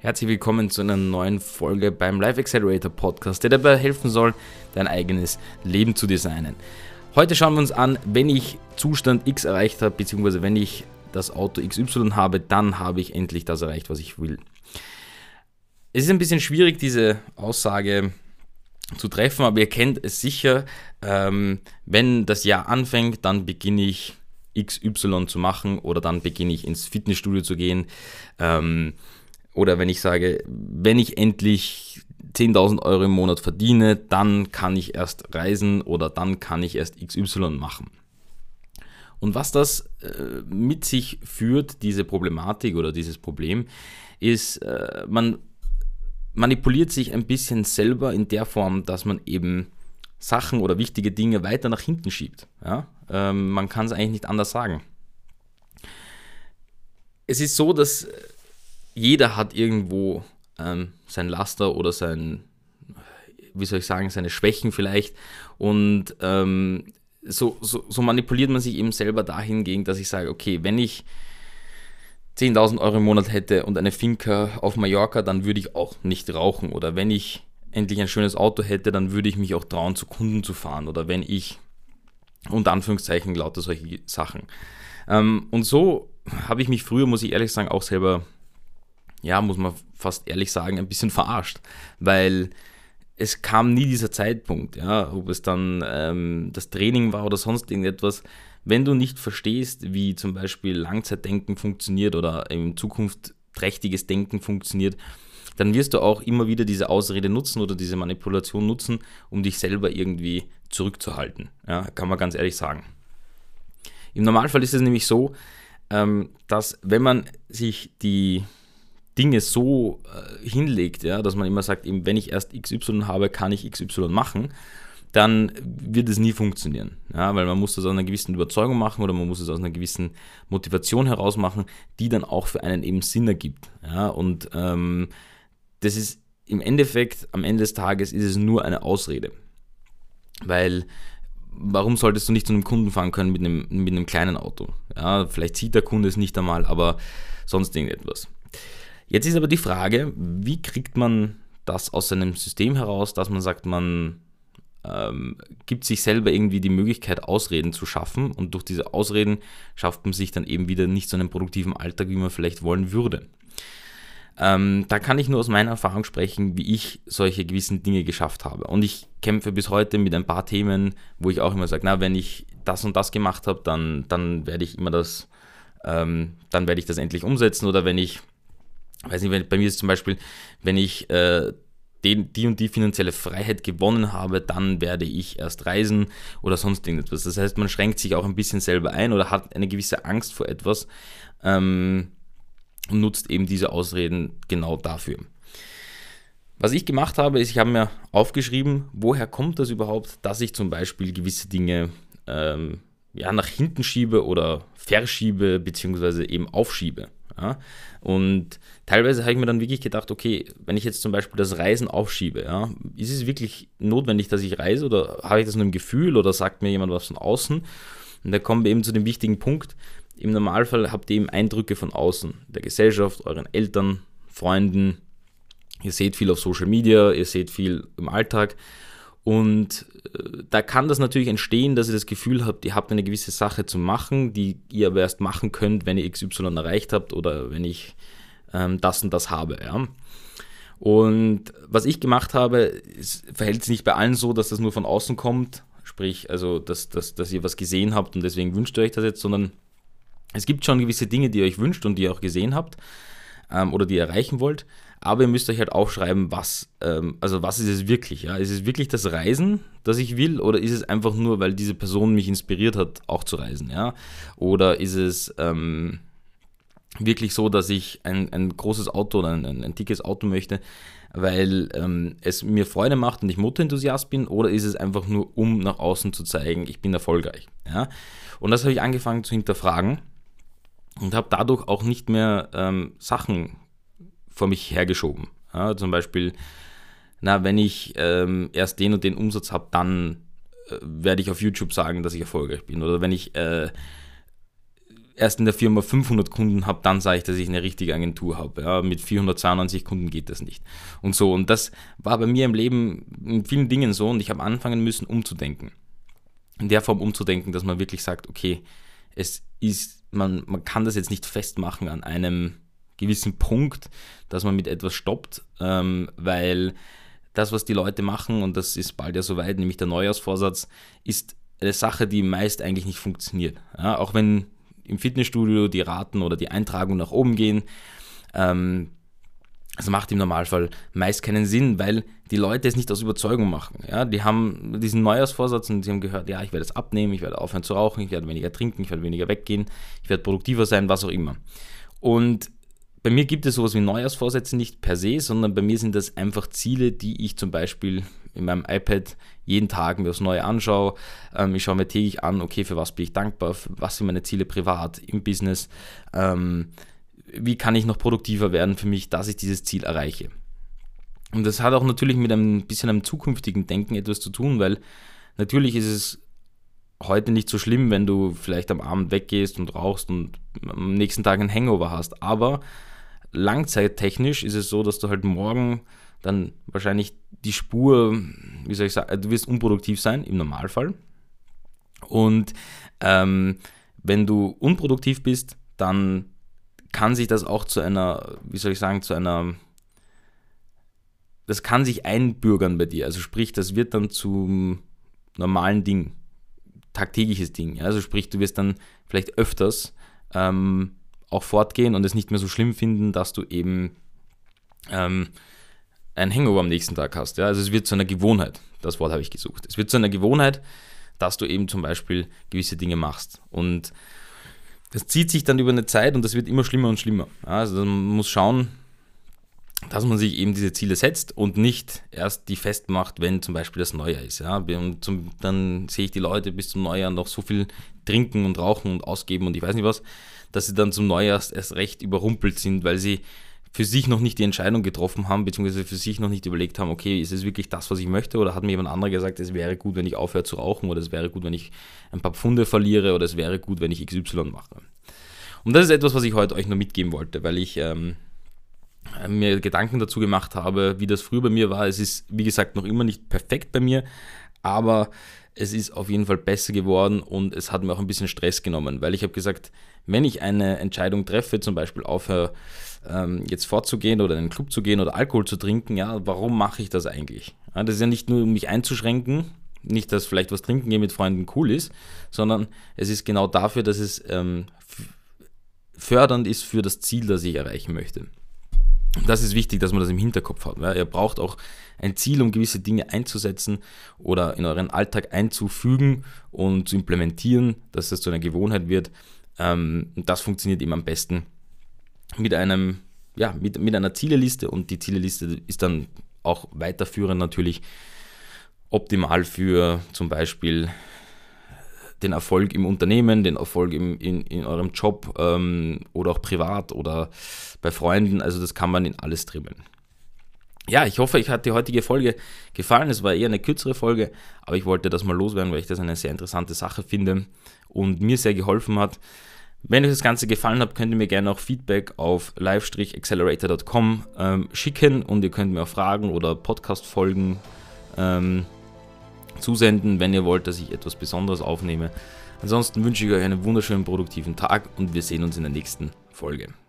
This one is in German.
Herzlich willkommen zu einer neuen Folge beim Life Accelerator Podcast, der dabei helfen soll, dein eigenes Leben zu designen. Heute schauen wir uns an, wenn ich Zustand X erreicht habe, beziehungsweise wenn ich das Auto XY habe, dann habe ich endlich das erreicht, was ich will. Es ist ein bisschen schwierig, diese Aussage zu treffen, aber ihr kennt es sicher, wenn das Jahr anfängt, dann beginne ich XY zu machen oder dann beginne ich ins Fitnessstudio zu gehen, oder wenn ich sage, wenn ich endlich 10.000 Euro im Monat verdiene, dann kann ich erst reisen oder dann kann ich erst XY machen. Und was das mit sich führt, diese Problematik oder dieses Problem, ist, man manipuliert sich ein bisschen selber in der Form, dass man eben Sachen oder wichtige Dinge weiter nach hinten schiebt. Ja? Man kann es eigentlich nicht anders sagen. Es ist so, dass jeder hat irgendwo sein Laster oder seine Schwächen vielleicht. Und so manipuliert man sich eben selber dahingehend, dass ich sage, okay, wenn ich 10.000 Euro im Monat hätte und eine Finca auf Mallorca, dann würde ich auch nicht rauchen. Oder wenn ich endlich ein schönes Auto hätte, dann würde ich mich auch trauen, zu Kunden zu fahren. Oder wenn ich, unter Anführungszeichen, lauter solche Sachen. Und so habe ich mich früher, muss ich ehrlich sagen, auch selber, muss man fast ehrlich sagen, ein bisschen verarscht, weil es kam nie dieser Zeitpunkt, ob es dann das Training war oder sonst irgendetwas, wenn du nicht verstehst, wie zum Beispiel Langzeitdenken funktioniert oder in Zukunft trächtiges Denken funktioniert, dann wirst du auch immer wieder diese Ausrede nutzen oder diese Manipulation nutzen, um dich selber irgendwie zurückzuhalten, kann man ganz ehrlich sagen. Im Normalfall ist es nämlich so, dass wenn man sich die Dinge so hinlegt, dass man immer sagt, eben, wenn ich erst XY habe, kann ich XY machen, dann wird es nie funktionieren. Weil man muss das aus einer gewissen Überzeugung machen oder man muss es aus einer gewissen Motivation heraus machen, die dann auch für einen eben Sinn ergibt. Und das ist im Endeffekt, am Ende des Tages ist es nur eine Ausrede. Weil warum solltest du nicht zu einem Kunden fahren können mit einem kleinen Auto? Vielleicht sieht der Kunde es nicht einmal, aber sonst irgendetwas. Jetzt ist aber die Frage, wie kriegt man das aus seinem System heraus, dass man sagt, man gibt sich selber irgendwie die Möglichkeit, Ausreden zu schaffen und durch diese Ausreden schafft man sich dann eben wieder nicht so einen produktiven Alltag, wie man vielleicht wollen würde. Da kann ich nur aus meiner Erfahrung sprechen, wie ich solche gewissen Dinge geschafft habe. Und ich kämpfe bis heute mit ein paar Themen, wo ich auch immer sage, wenn ich das und das gemacht habe, dann werde ich dann werde ich das endlich umsetzen oder wenn ich weiß nicht, bei mir ist zum Beispiel, wenn ich die und die finanzielle Freiheit gewonnen habe, dann werde ich erst reisen oder sonst irgendetwas. Das heißt, man schränkt sich auch ein bisschen selber ein oder hat eine gewisse Angst vor etwas und nutzt eben diese Ausreden genau dafür. Was ich gemacht habe, ist, ich habe mir aufgeschrieben, woher kommt das überhaupt, dass ich zum Beispiel gewisse Dinge nach hinten schiebe oder verschiebe beziehungsweise eben aufschiebe. Und teilweise habe ich mir dann wirklich gedacht, okay, wenn ich jetzt zum Beispiel das Reisen aufschiebe, ist es wirklich notwendig, dass ich reise oder habe ich das nur im Gefühl oder sagt mir jemand was von außen? Und da kommen wir eben zu dem wichtigen Punkt. Im Normalfall habt ihr eben Eindrücke von außen, der Gesellschaft, euren Eltern, Freunden. Ihr seht viel auf Social Media, ihr seht viel im Alltag. Und da kann das natürlich entstehen, dass ihr das Gefühl habt, ihr habt eine gewisse Sache zu machen, die ihr aber erst machen könnt, wenn ihr XY erreicht habt oder wenn ich das und das habe. Und was ich gemacht habe, verhält sich nicht bei allen so, dass das nur von außen kommt, sprich, also dass ihr was gesehen habt und deswegen wünscht ihr euch das jetzt, sondern es gibt schon gewisse Dinge, die ihr euch wünscht und die ihr auch gesehen habt oder die ihr erreichen wollt. Aber ihr müsst euch halt aufschreiben, was ist es wirklich? Ist es wirklich das Reisen, das ich will? Oder ist es einfach nur, weil diese Person mich inspiriert hat, auch zu reisen? Oder ist es wirklich so, dass ich ein großes Auto oder ein dickes Auto möchte, weil es mir Freude macht und ich Motorenthusiast bin? Oder ist es einfach nur, um nach außen zu zeigen, ich bin erfolgreich? Und das habe ich angefangen zu hinterfragen und habe dadurch auch nicht mehr Sachen vor mich hergeschoben. Zum Beispiel, wenn ich erst den und den Umsatz habe, dann werde ich auf YouTube sagen, dass ich erfolgreich bin. Oder wenn ich erst in der Firma 500 Kunden habe, dann sage ich, dass ich eine richtige Agentur habe. Ja, mit 492 Kunden geht das nicht. Und so, und das war bei mir im Leben in vielen Dingen so, und ich habe anfangen müssen, umzudenken. In der Form umzudenken, dass man wirklich sagt, okay, man kann das jetzt nicht festmachen an einem gewissen Punkt, dass man mit etwas stoppt, weil das, was die Leute machen, und das ist bald ja soweit, nämlich der Neujahrsvorsatz, ist eine Sache, die meist eigentlich nicht funktioniert. Ja, auch wenn im Fitnessstudio die Raten oder die Eintragungen nach oben gehen, das macht im Normalfall meist keinen Sinn, weil die Leute es nicht aus Überzeugung machen. Ja, die haben diesen Neujahrsvorsatz und sie haben gehört, ja, ich werde es abnehmen, ich werde aufhören zu rauchen, ich werde weniger trinken, ich werde weniger weggehen, ich werde produktiver sein, was auch immer. Und bei mir gibt es sowas wie Neujahrsvorsätze nicht per se, sondern bei mir sind das einfach Ziele, die ich zum Beispiel in meinem iPad jeden Tag mir aufs Neue anschaue. Ich schaue mir täglich an, okay, für was bin ich dankbar, was sind meine Ziele privat, im Business, wie kann ich noch produktiver werden für mich, dass ich dieses Ziel erreiche. Und das hat auch natürlich mit ein bisschen einem zukünftigen Denken etwas zu tun, weil natürlich ist es heute nicht so schlimm, wenn du vielleicht am Abend weggehst und rauchst und am nächsten Tag einen Hangover hast, aber langzeittechnisch ist es so, dass du halt morgen dann wahrscheinlich die Spur, wie soll ich sagen, du wirst unproduktiv sein, im Normalfall. Und wenn du unproduktiv bist, dann kann sich das auch zu einer, wie soll ich sagen, das kann sich einbürgern bei dir. Also sprich, das wird dann zum normalen Ding, tagtägliches Ding. Also sprich, du wirst dann vielleicht öfters auch fortgehen und es nicht mehr so schlimm finden, dass du eben ein Hangover am nächsten Tag hast. Ja? Also es wird zu einer Gewohnheit. Das Wort habe ich gesucht. Es wird zu einer Gewohnheit, dass du eben zum Beispiel gewisse Dinge machst. Und das zieht sich dann über eine Zeit und das wird immer schlimmer und schlimmer. Ja? Also man muss schauen, dass man sich eben diese Ziele setzt und nicht erst die festmacht, wenn zum Beispiel das Neujahr ist. Ja? Und dann sehe ich die Leute bis zum Neujahr noch so viel trinken und rauchen und ausgeben und ich weiß nicht was, dass sie dann zum Neujahr erst recht überrumpelt sind, weil sie für sich noch nicht die Entscheidung getroffen haben, beziehungsweise für sich noch nicht überlegt haben, okay, ist es wirklich das, was ich möchte, oder hat mir jemand anderer gesagt, es wäre gut, wenn ich aufhöre zu rauchen, oder es wäre gut, wenn ich ein paar Pfunde verliere, oder es wäre gut, wenn ich XY mache. Und das ist etwas, was ich heute euch nur mitgeben wollte, weil ich mir Gedanken dazu gemacht habe, wie das früher bei mir war. Es ist, wie gesagt, noch immer nicht perfekt bei mir, aber es ist auf jeden Fall besser geworden und es hat mir auch ein bisschen Stress genommen, weil ich habe gesagt, wenn ich eine Entscheidung treffe, zum Beispiel aufhöre, jetzt fortzugehen oder in einen Club zu gehen oder Alkohol zu trinken, ja, warum mache ich das eigentlich? Ja, das ist ja nicht nur, um mich einzuschränken, nicht, dass vielleicht was trinken gehen mit Freunden cool ist, sondern es ist genau dafür, dass es fördernd ist für das Ziel, das ich erreichen möchte. Das ist wichtig, dass man das im Hinterkopf hat. Weil ihr braucht auch ein Ziel, um gewisse Dinge einzusetzen oder in euren Alltag einzufügen und zu implementieren, dass das zu einer Gewohnheit wird. Das funktioniert eben am besten mit mit einer Zieleliste, und die Zieleliste ist dann auch weiterführend natürlich optimal für zum Beispiel den Erfolg im Unternehmen, den Erfolg in eurem Job oder auch privat oder bei Freunden. Also das kann man in alles trimmen. Ja, ich hoffe, euch hat die heutige Folge gefallen. Es war eher eine kürzere Folge, aber ich wollte das mal loswerden, weil ich das eine sehr interessante Sache finde und mir sehr geholfen hat. Wenn euch das Ganze gefallen hat, könnt ihr mir gerne auch Feedback auf live-accelerator.com schicken und ihr könnt mir auch Fragen oder Podcast-Folgen zusenden, wenn ihr wollt, dass ich etwas Besonderes aufnehme. Ansonsten wünsche ich euch einen wunderschönen, produktiven Tag und wir sehen uns in der nächsten Folge.